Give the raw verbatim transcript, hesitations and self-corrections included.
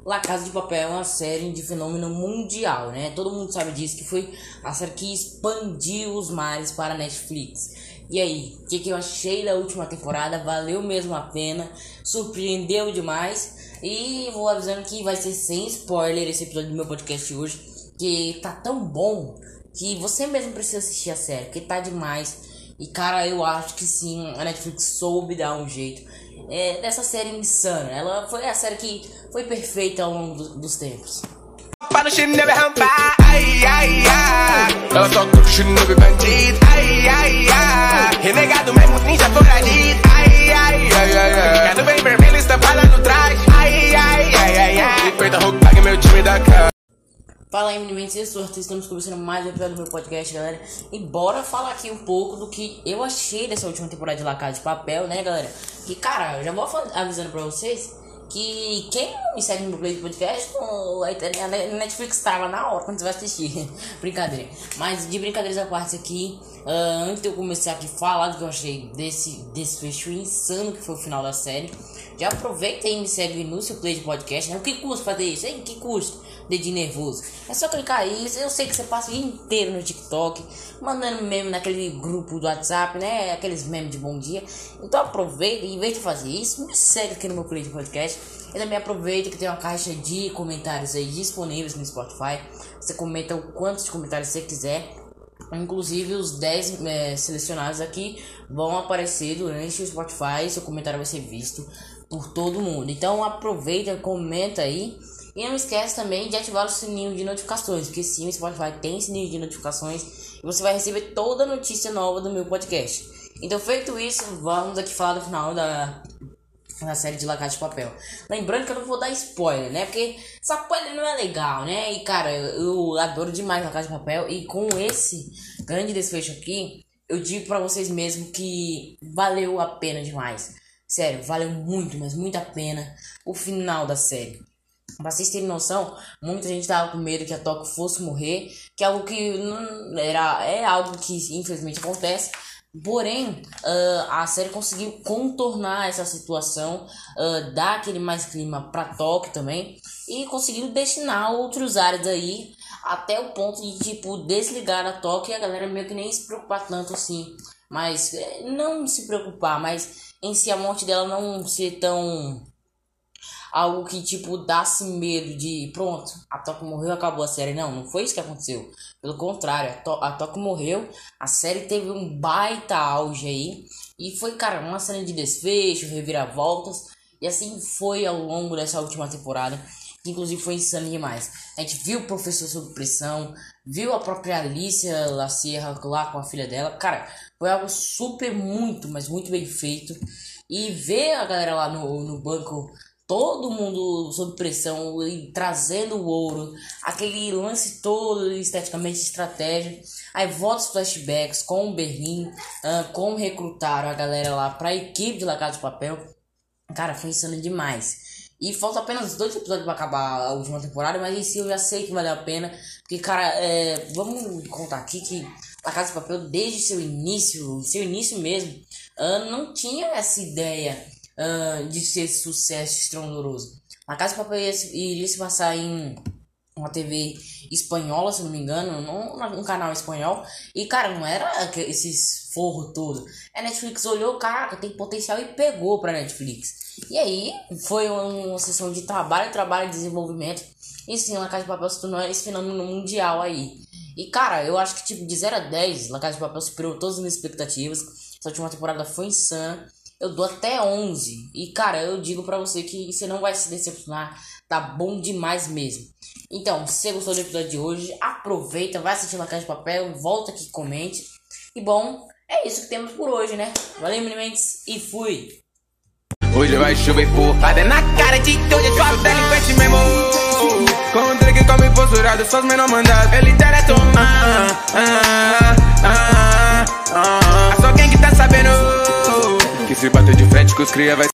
La Casa de Papel é uma série de fenômeno mundial, né? Todo mundo sabe disso, que foi a série que expandiu os mares para a Netflix. E aí, o que, que eu achei da última temporada? Valeu mesmo a pena, surpreendeu demais. E vou avisando que vai ser sem spoiler esse episódio do meu podcast hoje, que tá tão bom que você mesmo precisa assistir a série, porque tá demais. E cara, eu acho que sim, a Netflix soube dar um jeito é, dessa série insana. Ela foi a série que foi perfeita ao longo do, dos tempos. Para o deve rampar, ai, ai, ai. Ela só curte o novo bandido, ai, ai, ai. Renegado mesmo, ninja foragido, ai, ai, ai, ai, ai. Quero bem vermelho, estampada no traje, ai, ai, ai, ai, ai. Aperta Hulk, paga meu time da casa. Fala aí, meninos, eu sou o Arthur, estamos começando mais um episódio do meu podcast, galera. E bora falar aqui um pouco do que eu achei dessa última temporada de La Casa de Papel, né, galera? Que, cara, eu já vou avisando pra vocês que quem me segue no meu play de podcast, a Netflix tava na hora quando você vai assistir. Brincadeira. Mas de brincadeiras à parte aqui, uh, antes de eu começar aqui a falar do que eu achei desse desfecho insano que foi o final da série, já aproveita e me segue no seu play de podcast, né? O que custa fazer isso? Hein? Que custa? Dedinho nervoso. É só clicar aí. Eu sei que você passa o dia inteiro no TikTok, mandando meme naquele grupo do WhatsApp, né? Aqueles memes de bom dia. Então aproveita, em vez de fazer isso, me segue aqui no meu play de podcast. E também aproveita que tem uma caixa de comentários aí disponíveis no Spotify. Você comenta o quanto de comentários você quiser. Inclusive os dez é, selecionados aqui vão aparecer durante o Spotify. Seu comentário vai ser visto por todo mundo. Então aproveita, comenta aí. E não esquece também de ativar o sininho de notificações, porque sim, o Spotify tem sininho de notificações e você vai receber toda notícia nova do meu podcast. Então, feito isso, vamos aqui falar do final da, da série de La Casa de Papel. Lembrando que eu não vou dar spoiler, né? Porque spoiler não é legal, né? E, cara, eu, eu adoro demais La Casa de Papel. E com esse grande desfecho aqui, eu digo pra vocês mesmo que valeu a pena demais. Sério, valeu muito, mas muito a pena o final da série. Pra vocês terem noção, muita gente tava com medo que a Tóquio fosse morrer, que é algo que não era, é algo que infelizmente acontece. Porém, uh, a série conseguiu contornar essa situação, uh, dar aquele mais clima pra Tóquio também, e conseguiu destinar outros áreas aí, até o ponto de, tipo, desligar a Tóquio e a galera meio que nem se preocupar tanto assim. Mas, não se preocupar, mas em si a morte dela não ser tão... algo que, tipo, dá-se medo de... Pronto, a Tóquio morreu, acabou a série. Não, não foi isso que aconteceu. Pelo contrário, a, Tó- a Tóquio morreu, a série teve um baita auge aí. E foi, cara, uma cena de desfecho, reviravoltas. E assim foi ao longo dessa última temporada, que inclusive foi insano demais. A gente viu o professor sob pressão, viu a própria Alicia La Sierra lá com a filha dela. Cara, foi algo super, muito, mas muito bem feito. E ver a galera lá no, no banco... todo mundo sob pressão e trazendo o ouro, aquele lance todo esteticamente estratégia. Aí volta os flashbacks com o Berlim, uh, como recrutaram a galera lá pra equipe de La Casa de Papel. Cara, foi insano demais. E falta apenas dois episódios pra acabar a última temporada, mas em si eu já sei que valeu a pena. Porque, cara, é, vamos contar aqui que La Casa de Papel, desde seu início, seu início mesmo, uh, não tinha essa ideia Uh, de ser sucesso estrondoso. A Casa de Papel iria, iria se passar em uma T V espanhola, se não me engano, num, um canal espanhol. E, cara, não era esses forro todo. A Netflix olhou, caraca, tem potencial e pegou pra Netflix. E aí, foi uma sessão de trabalho, trabalho e desenvolvimento. E sim, La Casa de Papel se tornou esse fenômeno mundial aí. E, cara, eu acho que, tipo, de zero a dez, La Casa de Papel superou todas as minhas expectativas. Essa última temporada foi insana. Eu dou até onze. E, cara, eu digo pra você que você não vai se decepcionar. Tá bom demais mesmo. Então, se você gostou do episódio de hoje, aproveita, vai assistir La Casa de Papel, volta aqui e comente. E, bom, é isso que temos por hoje, né? Valeu, meninos, e fui! Hoje vai chover porrada na cara de todo esse delinquente mesmo. Com um drink come posturado, só os menor mandados. Ele direto, ah, ah, ah, ah. Só quem que tá sabendo que se bater de frente com os cria vai